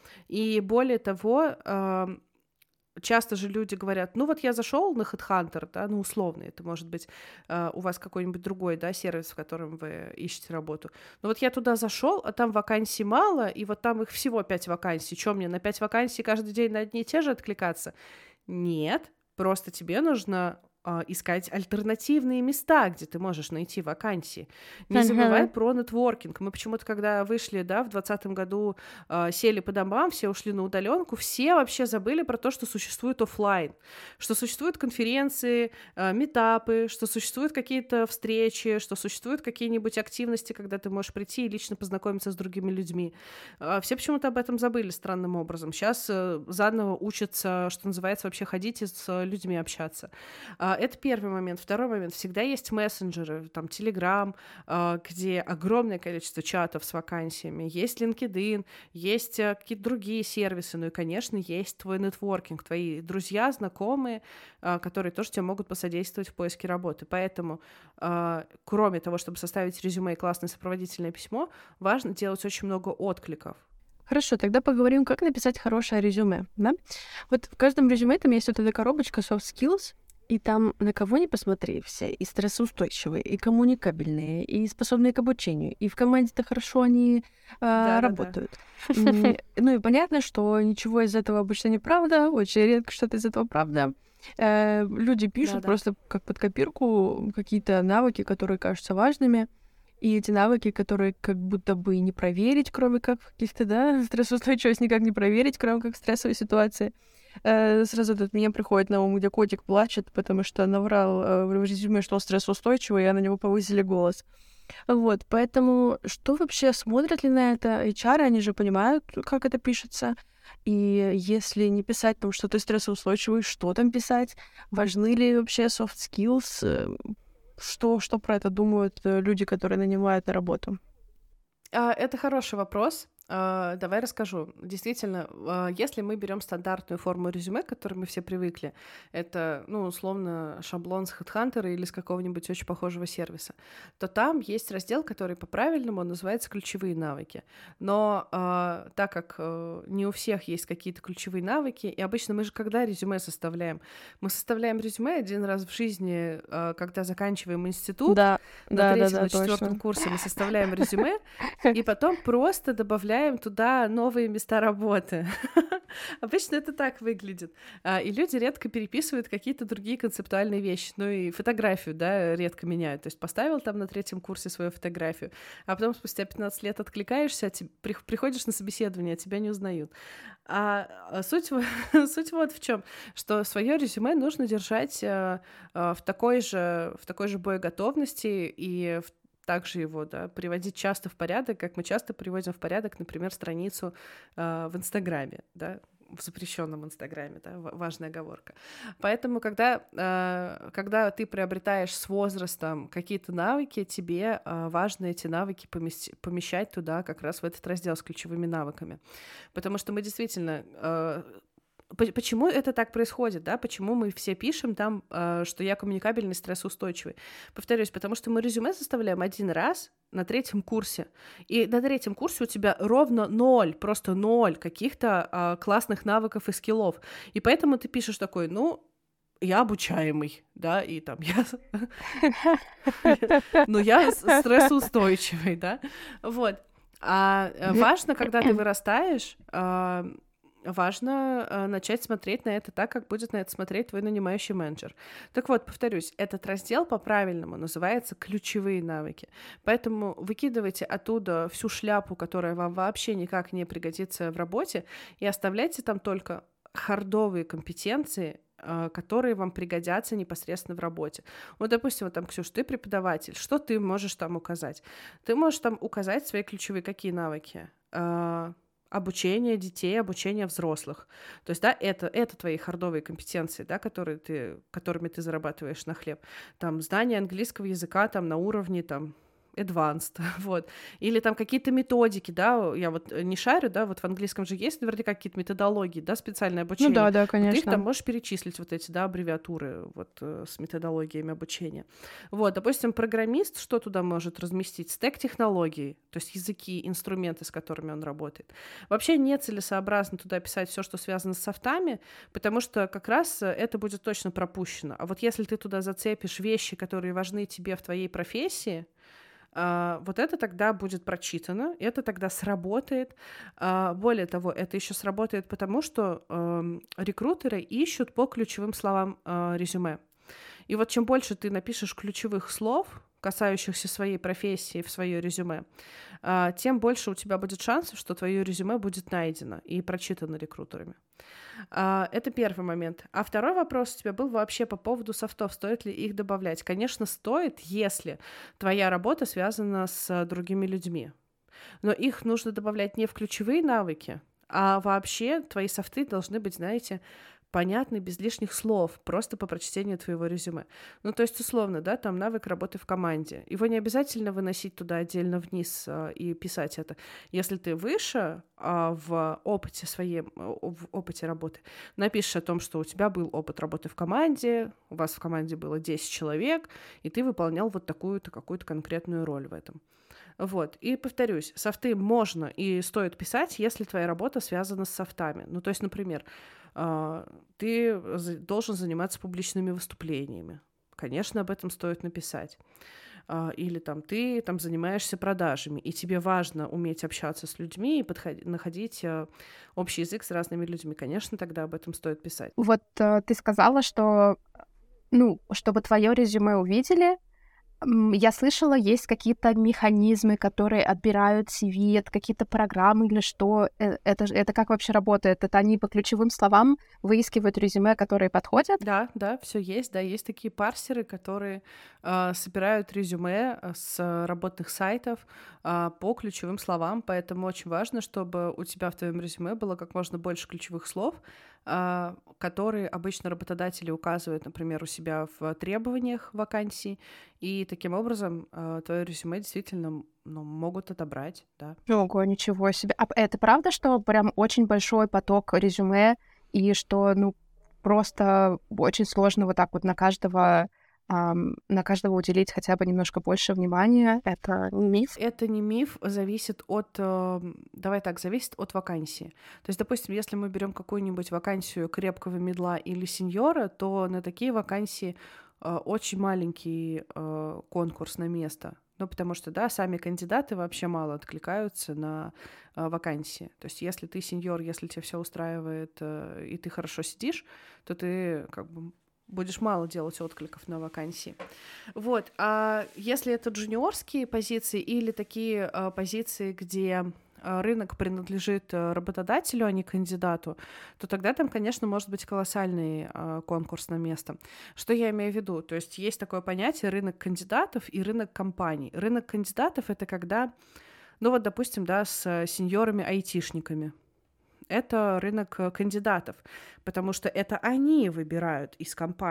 C: И более того, ам, часто же люди говорят: ну вот я зашел на HeadHunter, да, ну условно, это может быть а, у вас какой-нибудь другой, да, сервис, в котором вы ищете работу. Ну вот я туда зашел, а там вакансий мало, и вот там их всего пять вакансий. Что мне, на пять вакансий каждый день на одни и те же откликаться? Нет, просто тебе нужно а, искать альтернативные места, где ты можешь найти вакансии. Не
A: Ага.
C: забывай про нетворкинг. Мы почему-то, когда вышли, да, в двадцатом году, а, сели по домам, все ушли на удаленку, все вообще забыли про то, что существует оффлайн, что существуют конференции, а, митапы, что существуют какие-то встречи, что существуют какие-нибудь активности, когда ты можешь прийти и лично познакомиться с другими людьми. А, Все почему-то об этом забыли странным образом. Сейчас заново учатся, что называется, вообще ходить и с людьми общаться. А, Это первый момент. Второй момент. Всегда есть мессенджеры, там, Telegram, а, где огромное количество чатов с вакансиями. Есть LinkedIn, есть а, какие-то другие сервисы. Ну и, конечно, есть твой нетворкинг, твои друзья, знакомые, а, которые тоже тебе могут посодействовать в поиске работы. Поэтому, а, кроме того, чтобы составить резюме и классное сопроводительное письмо, важно делать очень много откликов.
A: Хорошо, тогда поговорим, как написать хорошее резюме, да? Вот в каждом резюме там есть вот эта коробочка soft skills, и там на кого ни посмотри, все и стрессоустойчивые, и коммуникабельные, и способные к обучению, и в команде-то хорошо они а,
C: Да-да-да.
A: работают. М, Ну и понятно, что ничего из этого обычно неправда, очень редко что-то из этого правда. Э, Люди пишут
C: Да-да.
A: просто как под копирку какие-то навыки, которые кажутся важными, и эти навыки, которые как будто бы не проверить, кроме как в каких-то, да, стрессоустойчивость никак не проверить, кроме как в стрессовой ситуации. Э, Сразу тут мне приходит на ум, где котик плачет, потому что наврал э, в резюме, что он стрессоустойчивый, и на него повысили голос. Вот, поэтому что вообще, смотрят ли на это эйч ар, они же понимают, как это пишется, и если не писать там, что ты стрессоустойчивый, что там писать, важны ли вообще soft skills, э, что, что про это думают э, люди, которые нанимают на работу?
C: А, Это хороший вопрос. А, Давай расскажу. Действительно, а, если мы берем стандартную форму резюме, к которой мы все привыкли, это, ну, условно, шаблон с HeadHunter или с какого-нибудь очень похожего сервиса, то там есть раздел, который по-правильному он называется «Ключевые навыки». Но а, так как а, не у всех есть какие-то ключевые навыки, и обычно мы же когда резюме составляем? Мы составляем резюме один раз в жизни, а, когда заканчиваем институт,
A: Да,
C: на
A: да, да,
C: третьем,
A: да,
C: на четвертом
A: точно.
C: курсе мы составляем резюме, и потом просто добавляем туда новые места работы. Обычно это так выглядит. А, И люди редко переписывают какие-то другие концептуальные вещи. Ну и фотографию, да, редко меняют. То есть поставил там на третьем курсе свою фотографию, а потом спустя пятнадцать лет откликаешься, а ти- при- приходишь на собеседование, а тебя не узнают. А а суть, во- суть вот в чем, что свое резюме нужно держать а, а, в такой же, в такой же боеготовности и в также его, да, приводить часто в порядок, как мы часто приводим в порядок, например, страницу э, в Инстаграме, да, в запрещенном Инстаграме, да, ва- важная оговорка. Поэтому, когда, э, когда ты приобретаешь с возрастом какие-то навыки, тебе э, важно эти навыки помести- помещать туда, как раз в этот раздел с ключевыми навыками. Потому что мы действительно... э, П- Почему это так происходит, да? Почему мы все пишем там, э, что я коммуникабельный, стрессоустойчивый? Повторюсь, потому что мы резюме составляем один раз на третьем курсе, и на третьем курсе у тебя ровно ноль, просто ноль каких-то э, классных навыков и скиллов, и поэтому ты пишешь такой, ну, я обучаемый, да, и там я... Ну, я стрессоустойчивый, да, вот. А важно, когда ты вырастаешь, важно э, начать смотреть на это так, как будет на это смотреть твой нанимающий менеджер. Так вот, повторюсь, этот раздел по-правильному называется «Ключевые навыки». Поэтому выкидывайте оттуда всю шляпу, которая вам вообще никак не пригодится в работе, и оставляйте там только хардовые компетенции, э, которые вам пригодятся непосредственно в работе. Вот, допустим, вот там, Ксюш, ты преподаватель, что ты можешь там указать? Ты можешь там указать свои ключевые какие навыки? Э, обучение детей, обучение взрослых. То есть, да, это, это твои хардовые компетенции, да, которые ты, которыми ты зарабатываешь на хлеб. Там, знание английского языка там на уровне, там, advanced, вот. Или там какие-то методики, да, я вот не шарю, да, вот в английском же есть наверняка какие-то методологии, да, специальное обучение.
B: Ну да, да,
C: Вот
B: конечно.
C: ты их там можешь перечислить, вот эти, да, аббревиатуры вот э, с методологиями обучения. Вот, допустим, программист, что туда может разместить? Стэк технологий, то есть языки, инструменты, с которыми он работает. Вообще нецелесообразно туда писать все, что связано с софтами, потому что как раз это будет точно пропущено. А вот если ты туда зацепишь вещи, которые важны тебе в твоей профессии, Uh, вот это тогда будет прочитано, это тогда сработает. Uh, более того, это еще сработает потому, что uh, рекрутеры ищут по ключевым словам uh, резюме. И вот чем больше ты напишешь ключевых слов, касающихся своей профессии в свое резюме, uh, тем больше у тебя будет шансов, что твое резюме будет найдено и прочитано рекрутерами. Uh, это первый момент. А второй вопрос у тебя был вообще по поводу софтов. Стоит ли их добавлять? Конечно, стоит, если твоя работа связана с другими людьми. Но их нужно добавлять не в ключевые навыки, а вообще твои софты должны быть, знаете, понятны, без лишних слов, просто по прочтению твоего резюме. Ну, то есть, условно, да, там навык работы в команде. Его не обязательно выносить туда отдельно вниз а, и писать это. Если ты выше а, в опыте своей, в опыте работы, напишешь о том, что у тебя был опыт работы в команде, у вас в команде было десять человек, и ты выполнял вот такую-то какую-то конкретную роль в этом. Вот. И повторюсь, софты можно и стоит писать, если твоя работа связана с софтами. Ну, то есть, например, ты должен заниматься публичными выступлениями. Конечно, об этом стоит написать. Или там ты там занимаешься продажами, и тебе важно уметь общаться с людьми и подходить, находить общий язык с разными людьми. Конечно, тогда об этом стоит писать.
B: Вот э, ты сказала, что, ну, чтобы твое резюме увидели, я слышала, есть какие-то механизмы, которые отбирают си ви, это какие-то программы или что? Это, это как вообще работает? Это они по ключевым словам выискивают резюме, которые подходят?
C: Да, да, все есть, да, есть такие парсеры, которые э, собирают резюме с работных сайтов э, по ключевым словам, поэтому очень важно, чтобы у тебя в твоем резюме было как можно больше ключевых слов, э, которые обычно работодатели указывают, например, у себя в требованиях вакансий, и таким образом э, твое резюме действительно ну, могут отобрать, да.
B: Ого, ничего себе. А это правда, что прям очень большой поток резюме, и что, ну, просто очень сложно вот так вот на каждого, эм, на каждого уделить хотя бы немножко больше внимания? Это не миф?
C: Это не миф, зависит от, э, давай так, зависит от вакансии. То есть, допустим, если мы берем какую-нибудь вакансию крепкого мидла или сеньора, то на такие вакансии э, очень маленький э, конкурс на место. Ну, потому что, да, сами кандидаты вообще мало откликаются на э, вакансии. То есть если ты сеньор, если тебя все устраивает, э, и ты хорошо сидишь, то ты как бы будешь мало делать откликов на вакансии. Вот. А если это джуниорские позиции или такие э, позиции, где рынок принадлежит работодателю, а не кандидату, то тогда там, конечно, может быть колоссальный э, конкурс на место. Что я имею в виду? То есть есть такое понятие рынок кандидатов и рынок компаний. Рынок кандидатов — это когда, ну вот, допустим, да, с сеньорами-айтишниками. Это рынок кандидатов, потому что это они выбирают из компаний,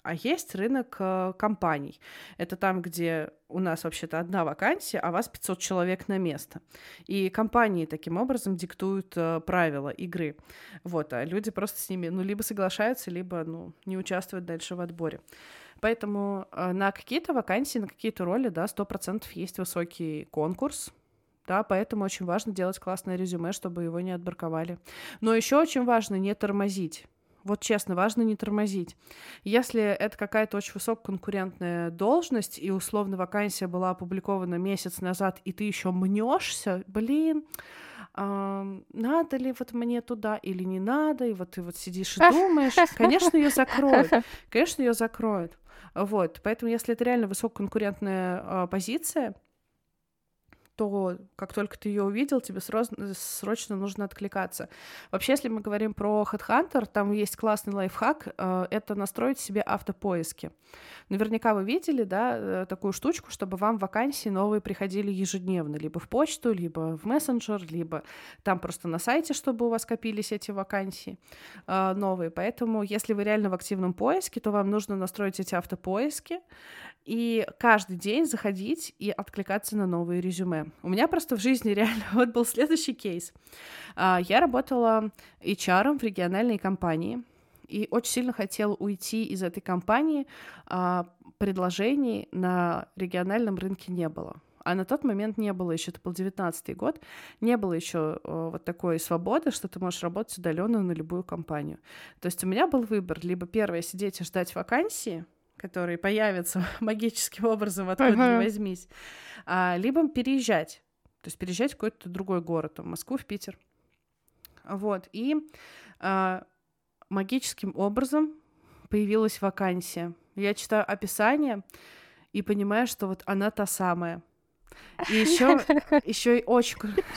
C: А есть рынок э, компаний. Это там, где у нас вообще-то одна вакансия, а вас пятьсот человек на место. И компании таким образом диктуют э, правила игры. Вот, а люди просто с ними, ну, либо соглашаются, либо, ну, не участвуют дальше в отборе. Поэтому э, на какие-то вакансии, на какие-то роли, да, сто процентов есть высокий конкурс. Да, поэтому очень важно делать классное резюме, чтобы его не отбраковали. Но еще очень важно не тормозить. Вот честно, важно не тормозить. Если это какая-то очень высококонкурентная должность, и условно вакансия была опубликована месяц назад, и ты еще мнешься, блин, а, надо ли вот мне туда или не надо, и вот ты вот сидишь и думаешь, конечно, ее закроют, конечно, ее закроют. Вот, поэтому если это реально высококонкурентная а, позиция, то как только ты ее увидел, тебе срочно, срочно нужно откликаться. Вообще, если мы говорим про HeadHunter, там есть классный лайфхак, э, это настроить себе автопоиски. Наверняка вы видели, да, такую штучку, чтобы вам вакансии новые приходили ежедневно, либо в почту, либо в мессенджер, либо там просто на сайте, чтобы у вас копились эти вакансии э, новые. Поэтому, если вы реально в активном поиске, то вам нужно настроить эти автопоиски и каждый день заходить и откликаться на новые резюме. У меня просто в жизни реально вот был следующий кейс. Я работала эйч ар в региональной компании и очень сильно хотела уйти из этой компании. Предложений на региональном рынке не было. А на тот момент не было еще, это был девятнадцатый год, не было еще вот такой свободы, что ты можешь работать удаленно на любую компанию. То есть у меня был выбор: либо первое сидеть и ждать вакансии, которые появятся магическим образом, откуда uh-huh. ни возьмись, а, либо переезжать, то есть переезжать в какой-то другой город, в Москву, в Питер. Вот, и а, магическим образом появилась вакансия. Я читаю описание и понимаю, что вот она та самая. И еще, еще и очень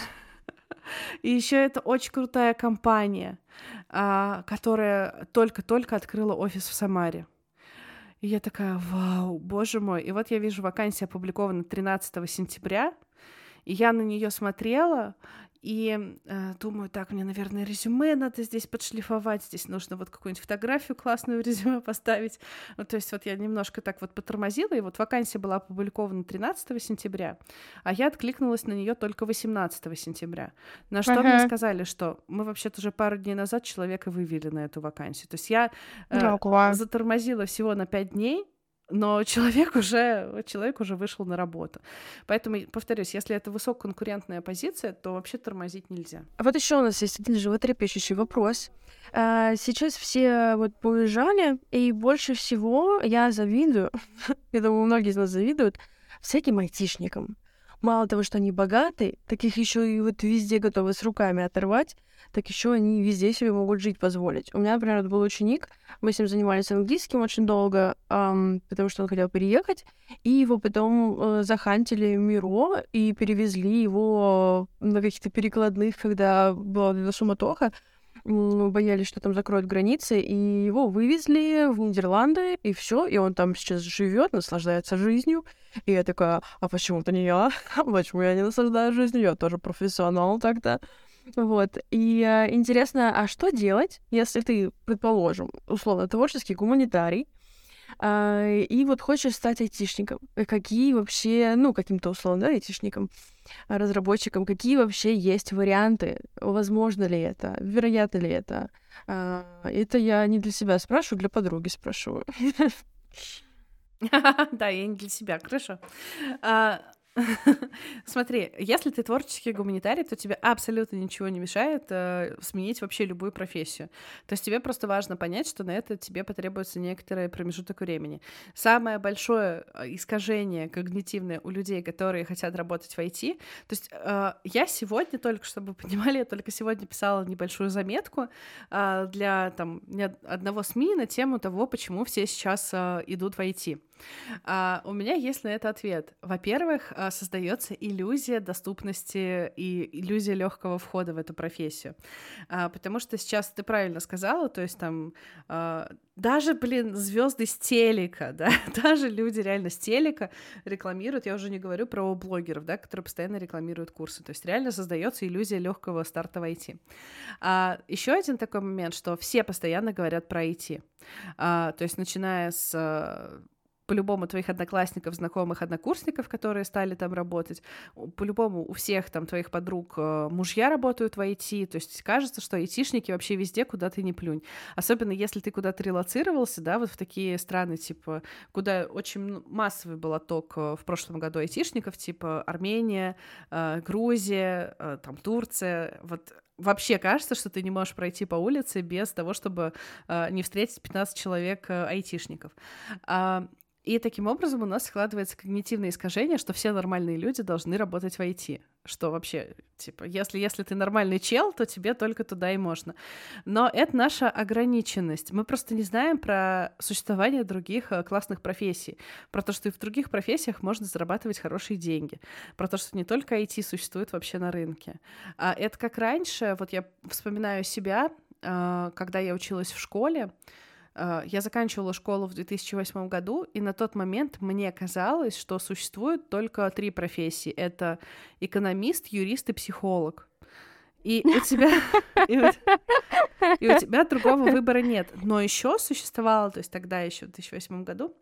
C: и еще это очень крутая компания, а, которая только-только открыла офис в Самаре. И я такая: вау, боже мой. И вот я вижу, вакансия опубликована тринадцатого сентября, и я на нее смотрела, и э, думаю, так, мне, наверное, резюме надо здесь подшлифовать, здесь нужно вот какую-нибудь фотографию классную в резюме поставить. Ну, то есть вот я немножко так вот потормозила, и вот вакансия была опубликована тринадцатого сентября, а я откликнулась на нее только восемнадцатого сентября. На что uh-huh. мне сказали, что мы вообще-то уже пару дней назад человека вывели на эту вакансию. То есть я э, uh-huh. затормозила всего на пять дней, но человек уже, человек уже вышел на работу. Поэтому, повторюсь, если это высококонкурентная позиция, то вообще тормозить нельзя.
A: А вот еще у нас есть один животрепещущий вопрос. Сейчас все вот поуезжали, и больше всего я завидую, я думаю, многие из нас завидуют, всяким айтишникам. Мало того, что они богаты, так их еще и вот везде готовы с руками оторвать, так еще они везде себе могут жить позволить. У меня, например, был ученик, мы с ним занимались английским очень долго, эм, потому что он хотел переехать, и его потом э, захантили в МИРО и перевезли его на каких-то перекладных, когда была суматоха, боялись, что там закроют границы, и его вывезли в Нидерланды, и все, и он там сейчас живет, наслаждается жизнью. И я такая: а почему-то не я? Почему я не наслаждаюсь жизнью? Я тоже профессионал тогда. Вот. И э, интересно, а что делать, если ты, предположим, условно творческий гуманитарий, э, и вот хочешь стать айтишником? Какие вообще, ну, каким-то условно, да, айтишником, разработчиком, какие вообще есть варианты? Возможно ли это? Вероятно ли это? Э, это я не для себя спрашиваю, для подруги спрашиваю.
C: Да, я не для себя, хорошо. Смотри, если ты творческий гуманитарий, то тебе абсолютно ничего не мешает э, сменить вообще любую профессию. То есть тебе просто важно понять, что на это тебе потребуется некоторый промежуток времени. Самое большое искажение когнитивное у людей, которые хотят работать в ай ти, то есть э, я сегодня, только чтобы вы понимали, я только сегодня писала небольшую заметку э, для там, одного СМИ на тему того, почему все сейчас э, идут в ай ти. А, у меня есть на это ответ. Во-первых, а, создается иллюзия доступности и иллюзия легкого входа в эту профессию. А, потому что сейчас ты правильно сказала, то есть там а, даже, блин, звезды с телека, да, даже люди реально с телека рекламируют, я уже не говорю про блогеров, да, которые постоянно рекламируют курсы. То есть реально создается иллюзия легкого старта в ай ти. А, еще один такой момент, что все постоянно говорят про ай ти. А, то есть начиная с а, по-любому твоих одноклассников, знакомых, однокурсников, которые стали там работать, у- по-любому у всех там твоих подруг э, мужья работают в ай ти, то есть кажется, что айтишники вообще везде, куда ты не плюнь. Особенно если ты куда-то релоцировался, да, вот в такие страны, типа, куда очень м- массовый был отток э, в прошлом году айтишников, типа Армения, э, Грузия, э, там Турция, вот. Вообще кажется, что ты не можешь пройти по улице без того, чтобы э, не встретить пятнадцать человек э, айтишников. А, и таким образом у нас складывается когнитивное искажение, что все нормальные люди должны работать в ай ти. Что вообще, типа, если, если ты нормальный чел, то тебе только туда и можно. Но это наша ограниченность. Мы просто не знаем про существование других э, классных профессий, про то, что и в других профессиях можно зарабатывать хорошие деньги, про то, что не только ай ти существует вообще на рынке. А это как раньше, вот я вспоминаю себя, э, когда я училась в школе. Uh, я заканчивала школу в две тысячи восьмом году, и на тот момент мне казалось, что существует только три профессии. Это экономист, юрист и психолог. И у тебя, и у, и у тебя другого выбора нет. Но еще существовало, то есть тогда еще в две тысячи восьмом году,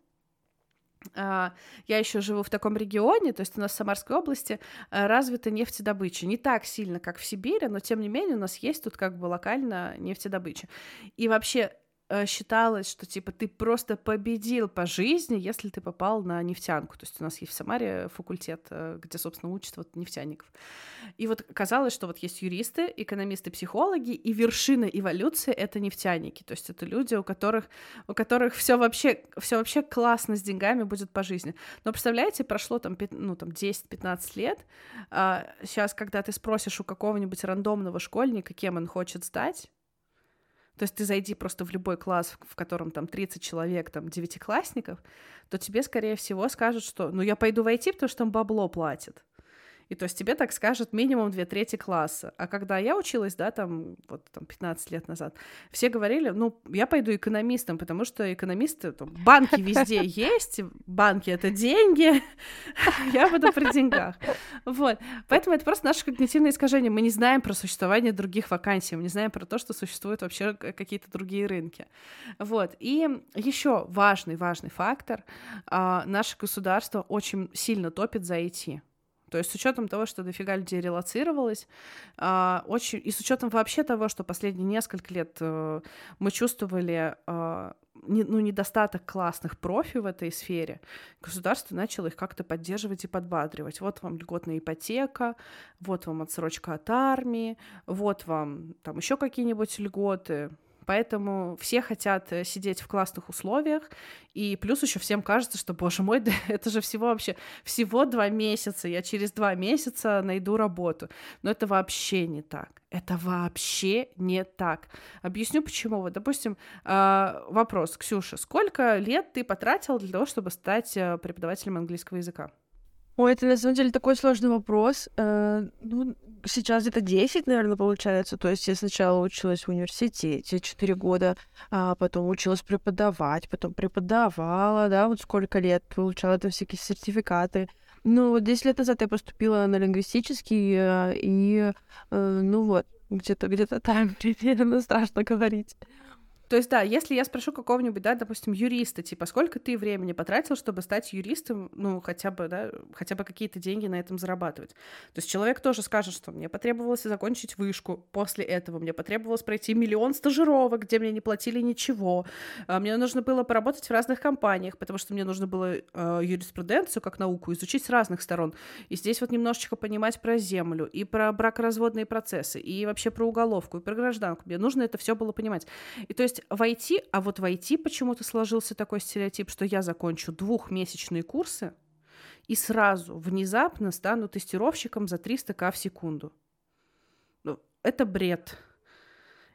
C: Uh, я еще живу в таком регионе, то есть у нас в Самарской области uh, развита нефтедобыча. Не так сильно, как в Сибири, но тем не менее у нас есть тут как бы локально нефтедобыча. И вообще считалось, что, типа, ты просто победил по жизни, если ты попал на нефтянку. То есть у нас есть в Самаре факультет, где, собственно, учат вот нефтяников. И вот казалось, что вот есть юристы, экономисты, психологи, и вершина эволюции — это нефтяники. То есть это люди, у которых, у которых все вообще, все вообще классно с деньгами будет по жизни. Но представляете, прошло там, ну, там десять-пятнадцать лет, а сейчас, когда ты спросишь у какого-нибудь рандомного школьника, кем он хочет стать, то есть ты зайди просто в любой класс, в котором там тридцать человек, там, девятиклассников, то тебе, скорее всего, скажут, что ну я пойду в ай ти, потому что там бабло платят. И то есть тебе так скажут минимум две трети класса. А когда я училась, да, там, вот там пятнадцать лет назад, все говорили, ну, я пойду экономистом, потому что экономисты, там, банки везде есть, банки — это деньги, я буду при деньгах. Вот. Поэтому это просто наше когнитивное искажение. Мы не знаем про существование других вакансий, мы не знаем про то, что существуют вообще какие-то другие рынки. Вот. И еще важный, важный фактор. Наше государство очень сильно топит за ай ти. То есть с учетом того, что дофига людей релоцировалось, а, очень, и с учетом вообще того, что последние несколько лет а, мы чувствовали а, не, ну, недостаток классных профи в этой сфере, государство начало их как-то поддерживать и подбадривать. Вот вам льготная ипотека, вот вам отсрочка от армии, вот вам там еще какие-нибудь льготы. Поэтому все хотят сидеть в классных условиях, и плюс еще всем кажется, что, боже мой, да это же всего вообще всего два месяца, я через два месяца найду работу. Но это вообще не так. Это вообще не так. Объясню, почему. Вот, допустим, вопрос, Ксюша, сколько лет ты потратила для того, чтобы стать преподавателем английского языка?
A: Ой, это на самом деле такой сложный вопрос. Э, ну, сейчас где-то десять, наверное, получается. То есть я сначала училась в университете четыре года, а потом училась преподавать, потом преподавала, да, вот сколько лет, получала там всякие сертификаты. Ну, вот десять лет назад я поступила на лингвистический, э, и, э, ну вот, где-то где-то там примерно, страшно говорить.
C: То есть, да, если я спрошу какого-нибудь, да, допустим, юриста, типа, сколько ты времени потратил, чтобы стать юристом, ну, хотя бы, да, хотя бы какие-то деньги на этом зарабатывать. То есть человек тоже скажет, что мне потребовалось закончить вышку, после этого мне потребовалось пройти миллион стажировок, где мне не платили ничего, мне нужно было поработать в разных компаниях, потому что мне нужно было э, юриспруденцию как науку изучить с разных сторон, и здесь вот немножечко понимать про землю, и про бракоразводные процессы, и вообще про уголовку, и про гражданку, мне нужно это все было понимать. И то есть в ай ти, а вот в ай ти почему-то сложился такой стереотип, что я закончу двухмесячные курсы и сразу, внезапно стану тестировщиком за триста тысяч в секунду. Ну, это бред.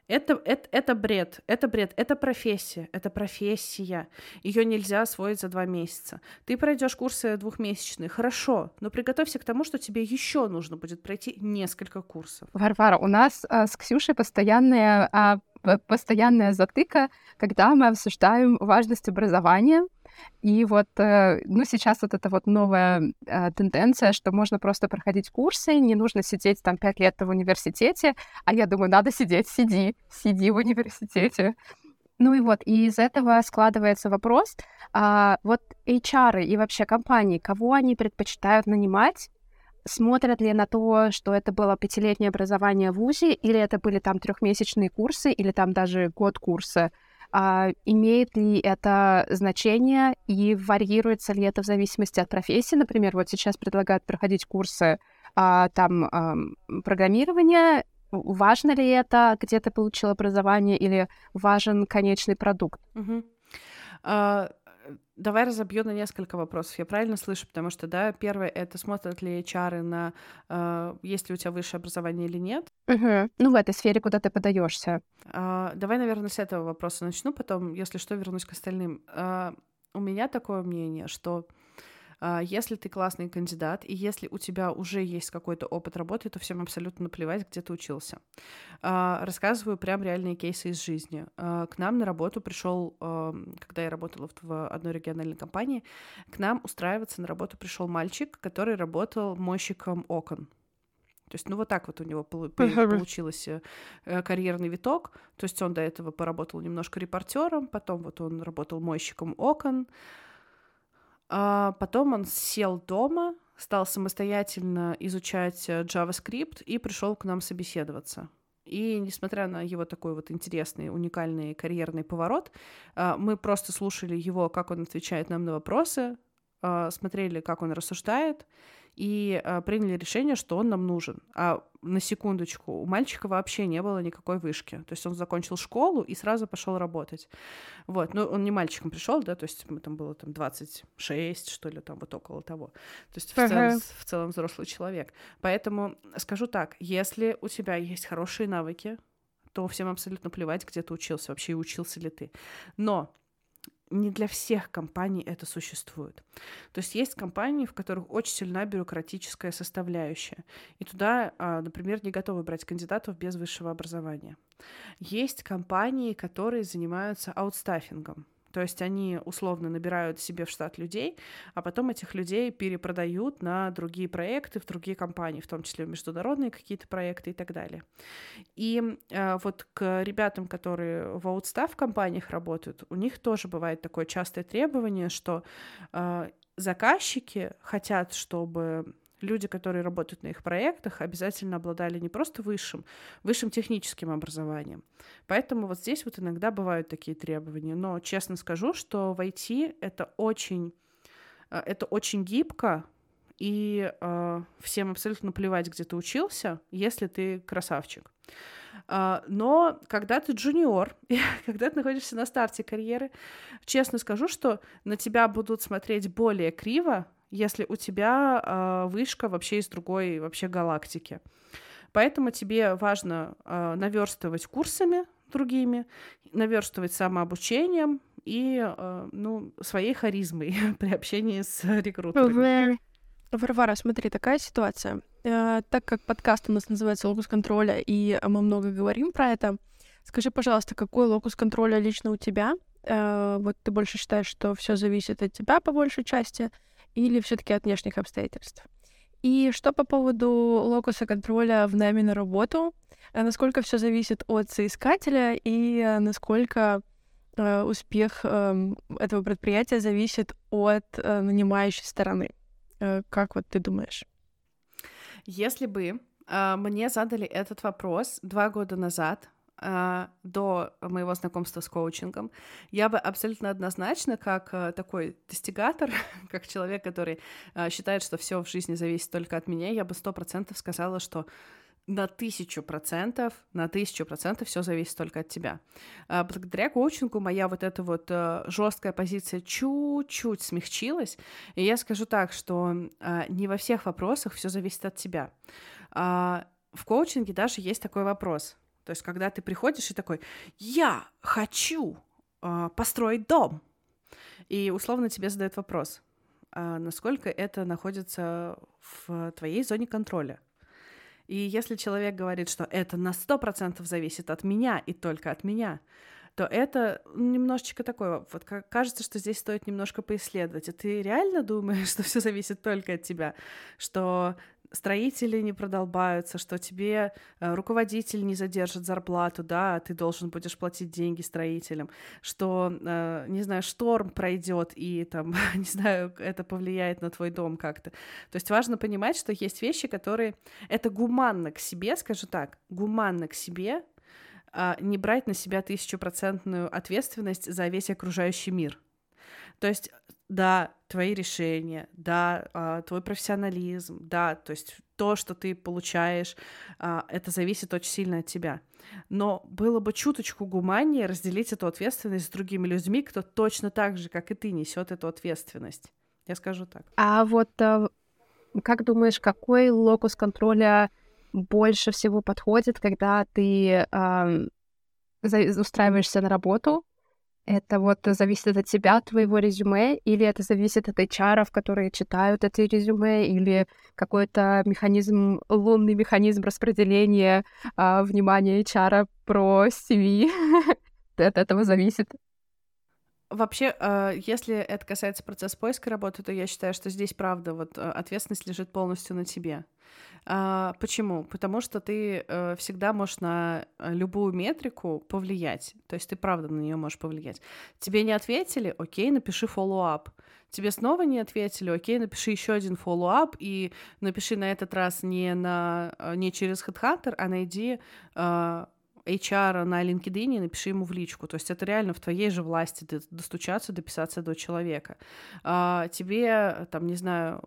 C: Это, это, это бред, это бред, это профессия, это профессия. Ее нельзя освоить за два месяца. Ты пройдешь курсы двухмесячные, хорошо, но приготовься к тому, что тебе еще нужно будет пройти несколько курсов.
B: Варвара, у нас а, с Ксюшей постоянная, а, постоянная затыка, когда мы обсуждаем важность образования. И вот, ну, сейчас вот эта вот новая э, тенденция, что можно просто проходить курсы, не нужно сидеть там пять лет в университете, а я думаю, надо сидеть, сиди, сиди в университете. Ну и вот, и из этого складывается вопрос, а, вот эйч ар и вообще компании, кого они предпочитают нанимать, смотрят ли на то, что это было пятилетнее образование в вузе, или это были там трехмесячные курсы, или там даже год курса, а, имеет ли это значение и варьируется ли это в зависимости от профессии. Например, вот сейчас предлагают проходить курсы а, там а, программирования. Важно ли это, где ты получил образование, или важен конечный продукт?
C: Угу. А, давай разобью на несколько вопросов. Я правильно слышу? Потому что, да, первое — это смотрят ли эйч ар на а, есть ли у тебя высшее образование или нет.
B: Угу. Ну, в этой сфере, куда ты подаешься.
C: А, давай, наверное, с этого вопроса начну, потом, если что, вернусь к остальным. А, у меня такое мнение, что а, если ты классный кандидат, и если у тебя уже есть какой-то опыт работы, то всем абсолютно наплевать, где ты учился. А, рассказываю прям реальные кейсы из жизни. А, к нам на работу пришел, а, когда я работала в, в одной региональной компании, к нам устраиваться на работу пришел мальчик, который работал мойщиком окон. То есть, ну, вот так вот у него получился карьерный виток. То есть он до этого поработал немножко репортером, потом вот он работал мойщиком окон, а потом он сел дома, стал самостоятельно изучать JavaScript и пришел к нам собеседоваться. И несмотря на его такой вот интересный, уникальный карьерный поворот, мы просто слушали его, как он отвечает нам на вопросы, смотрели, как он рассуждает, и а, приняли решение, что он нам нужен. А на секундочку, у мальчика вообще не было никакой вышки. То есть он закончил школу и сразу пошел работать. Вот. Ну, он не мальчиком пришел, да, то есть там было там двадцать шесть, что ли, там вот около того. То есть в, uh-huh. целом, в целом взрослый человек. Поэтому скажу так, если у тебя есть хорошие навыки, то всем абсолютно плевать, где ты учился вообще и учился ли ты. Но не для всех компаний это существует. То есть есть компании, в которых очень сильна бюрократическая составляющая. И туда, например, не готовы брать кандидатов без высшего образования. Есть компании, которые занимаются аутстаффингом. То есть они условно набирают себе в штат людей, а потом этих людей перепродают на другие проекты, в другие компании, в том числе в международные какие-то проекты и так далее. И э, вот к ребятам, которые в аутстафф компаниях работают, у них тоже бывает такое частое требование, что э, заказчики хотят, чтобы люди, которые работают на их проектах, обязательно обладали не просто высшим, высшим техническим образованием. Поэтому вот здесь вот иногда бывают такие требования. Но честно скажу, что в ай ти это очень, это очень гибко, и э, всем абсолютно плевать, где ты учился, если ты красавчик. Uh, но когда ты джуниор, когда ты находишься на старте карьеры, честно скажу, что на тебя будут смотреть более криво, если у тебя uh, вышка вообще из другой вообще галактики. Поэтому тебе важно uh, наверстывать курсами другими, наверстывать самообучением и uh, ну, своей харизмой при общении с рекрутерами.
A: Варвара, смотри, такая ситуация. Э, так как подкаст у нас называется «Локус контроля», и мы много говорим про это, скажи, пожалуйста, какой локус контроля лично у тебя? Э, вот ты больше считаешь, что все зависит от тебя по большей части, или все-таки от внешних обстоятельств? И что по поводу локуса контроля в найме на работу? Э, насколько все зависит от соискателя, и э, насколько э, успех э, этого предприятия зависит от э, нанимающей стороны? Как вот ты думаешь?
C: Если бы э, мне задали этот вопрос два года назад, э, до моего знакомства с коучингом, я бы абсолютно однозначно, как э, такой достигатор, как человек, который э, считает, что все в жизни зависит только от меня, я бы сто процентов сказала, что на тысячу процентов, на тысячу процентов все зависит только от тебя. Благодаря коучингу моя вот эта вот жесткая позиция чуть-чуть смягчилась, и я скажу так, что не во всех вопросах все зависит от тебя. В коучинге даже есть такой вопрос. То есть когда ты приходишь и такой: «Я хочу э, построить дом», и условно тебе задают вопрос, а насколько это находится в твоей зоне контроля. И если человек говорит, что это на сто процентов зависит от меня и только от меня, то это немножечко такое, вот кажется, что здесь стоит немножко поисследовать. А ты реально думаешь, что все зависит только от тебя? Что строители не продолбаются, что тебе э, руководитель не задержит зарплату, да, а ты должен будешь платить деньги строителям, что, э, не знаю, шторм пройдет и там, не знаю, это повлияет на твой дом как-то. То есть важно понимать, что есть вещи, которые... Это гуманно к себе, скажу так, гуманно к себе, э, не брать на себя тысячупроцентную ответственность за весь окружающий мир. То есть да, твои решения, да, а, твой профессионализм, да, то есть то, что ты получаешь, а, это зависит очень сильно от тебя. Но было бы чуточку гуманнее разделить эту ответственность с другими людьми, кто точно так же, как и ты, несет эту ответственность. Я скажу так.
B: А вот а, как думаешь, какой локус контроля больше всего подходит, когда ты а, за- устраиваешься на работу? Это вот зависит от тебя, от твоего резюме, или это зависит от эйч ар, которые читают эти резюме, или какой-то механизм, лунный механизм распределения а, внимания эйч ар про си ви? От этого зависит.
C: Вообще, э, если это касается процесса поиска работы, то я считаю, что здесь, правда, вот э, ответственность лежит полностью на тебе. А, почему? Потому что ты э, всегда можешь на э, любую метрику повлиять. То есть ты, правда, на нее можешь повлиять. Тебе не ответили? Окей, напиши follow-up. Тебе снова не ответили? Окей, напиши еще один follow-up и напиши на этот раз не, на, э, не через HeadHunter, а найди... э, эйч ар на LinkedIn и напиши ему в личку. То есть это реально в твоей же власти достучаться, дописаться до человека. А, тебе, там, не знаю,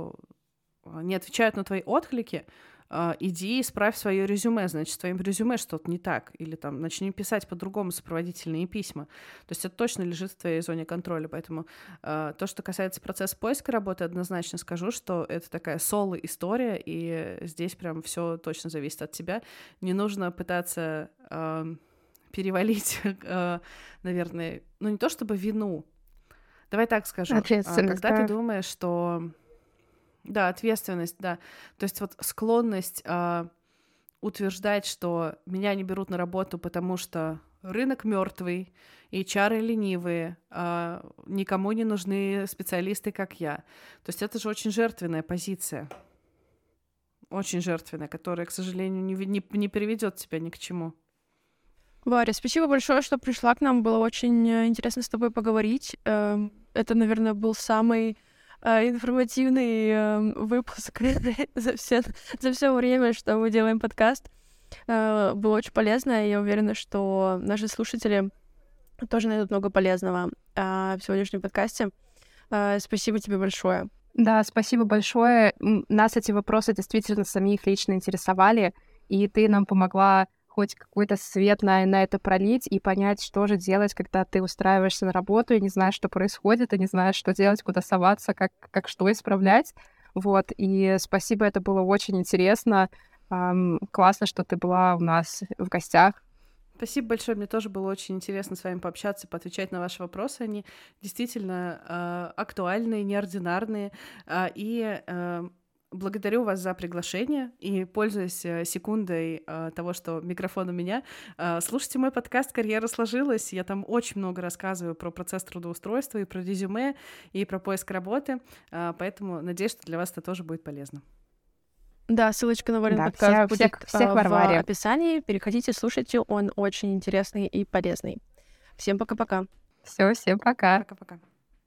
C: не отвечают на твои отклики, иди исправь свое резюме, значит, с твоим резюме что-то не так, или там начни писать по-другому сопроводительные письма. То есть это точно лежит в твоей зоне контроля, поэтому э, то, что касается процесса поиска работы, однозначно скажу, что это такая соло-история, и здесь прям все точно зависит от тебя. Не нужно пытаться э, перевалить, э, наверное, ну не то чтобы вину, давай так скажу,
B: Ответственность,
C: когда
B: да.
C: ты думаешь, что... Да, ответственность, да. То есть вот склонность а, утверждать, что меня не берут на работу, потому что рынок мертвый, эйч ар ленивые, а, никому не нужны специалисты, как я. То есть это же очень жертвенная позиция. Очень жертвенная, которая, к сожалению, не, не, не приведет тебя ни к чему.
A: Варя, спасибо большое, что пришла к нам. Было очень интересно с тобой поговорить. Это, наверное, был самый информативный э, выпуск за все, за все время, что мы делаем подкаст. Э, было очень полезно, и я уверена, что наши слушатели тоже найдут много полезного э, в сегодняшнем подкасте. Э, спасибо тебе большое.
B: Да, спасибо большое. Нас эти вопросы действительно самих лично интересовали, и ты нам помогла хоть какой-то свет на, на это пролить и понять, что же делать, когда ты устраиваешься на работу и не знаешь, что происходит, и не знаешь, что делать, куда соваться, как, как что исправлять. Вот, и спасибо, это было очень интересно. Эм, классно, что ты была у нас в гостях.
C: Спасибо большое, мне тоже было очень интересно с вами пообщаться, поотвечать на ваши вопросы. Они действительно э, актуальные, неординарные, э, и... Э, Благодарю вас за приглашение, и, пользуясь секундой э, того, что микрофон у меня, э, слушайте мой подкаст «Карьера сложилась». Я там очень много рассказываю про процесс трудоустройства, и про резюме, и про поиск работы, э, поэтому надеюсь, что для вас это тоже будет полезно.
A: Да, ссылочка на Варин
B: да,
A: подкаст
B: вся,
A: будет
B: всех, всех
A: в
B: Варваре.
A: описании. Переходите, слушайте, он очень интересный и полезный. Всем пока-пока.
B: Все, всем пока.
C: Пока-пока.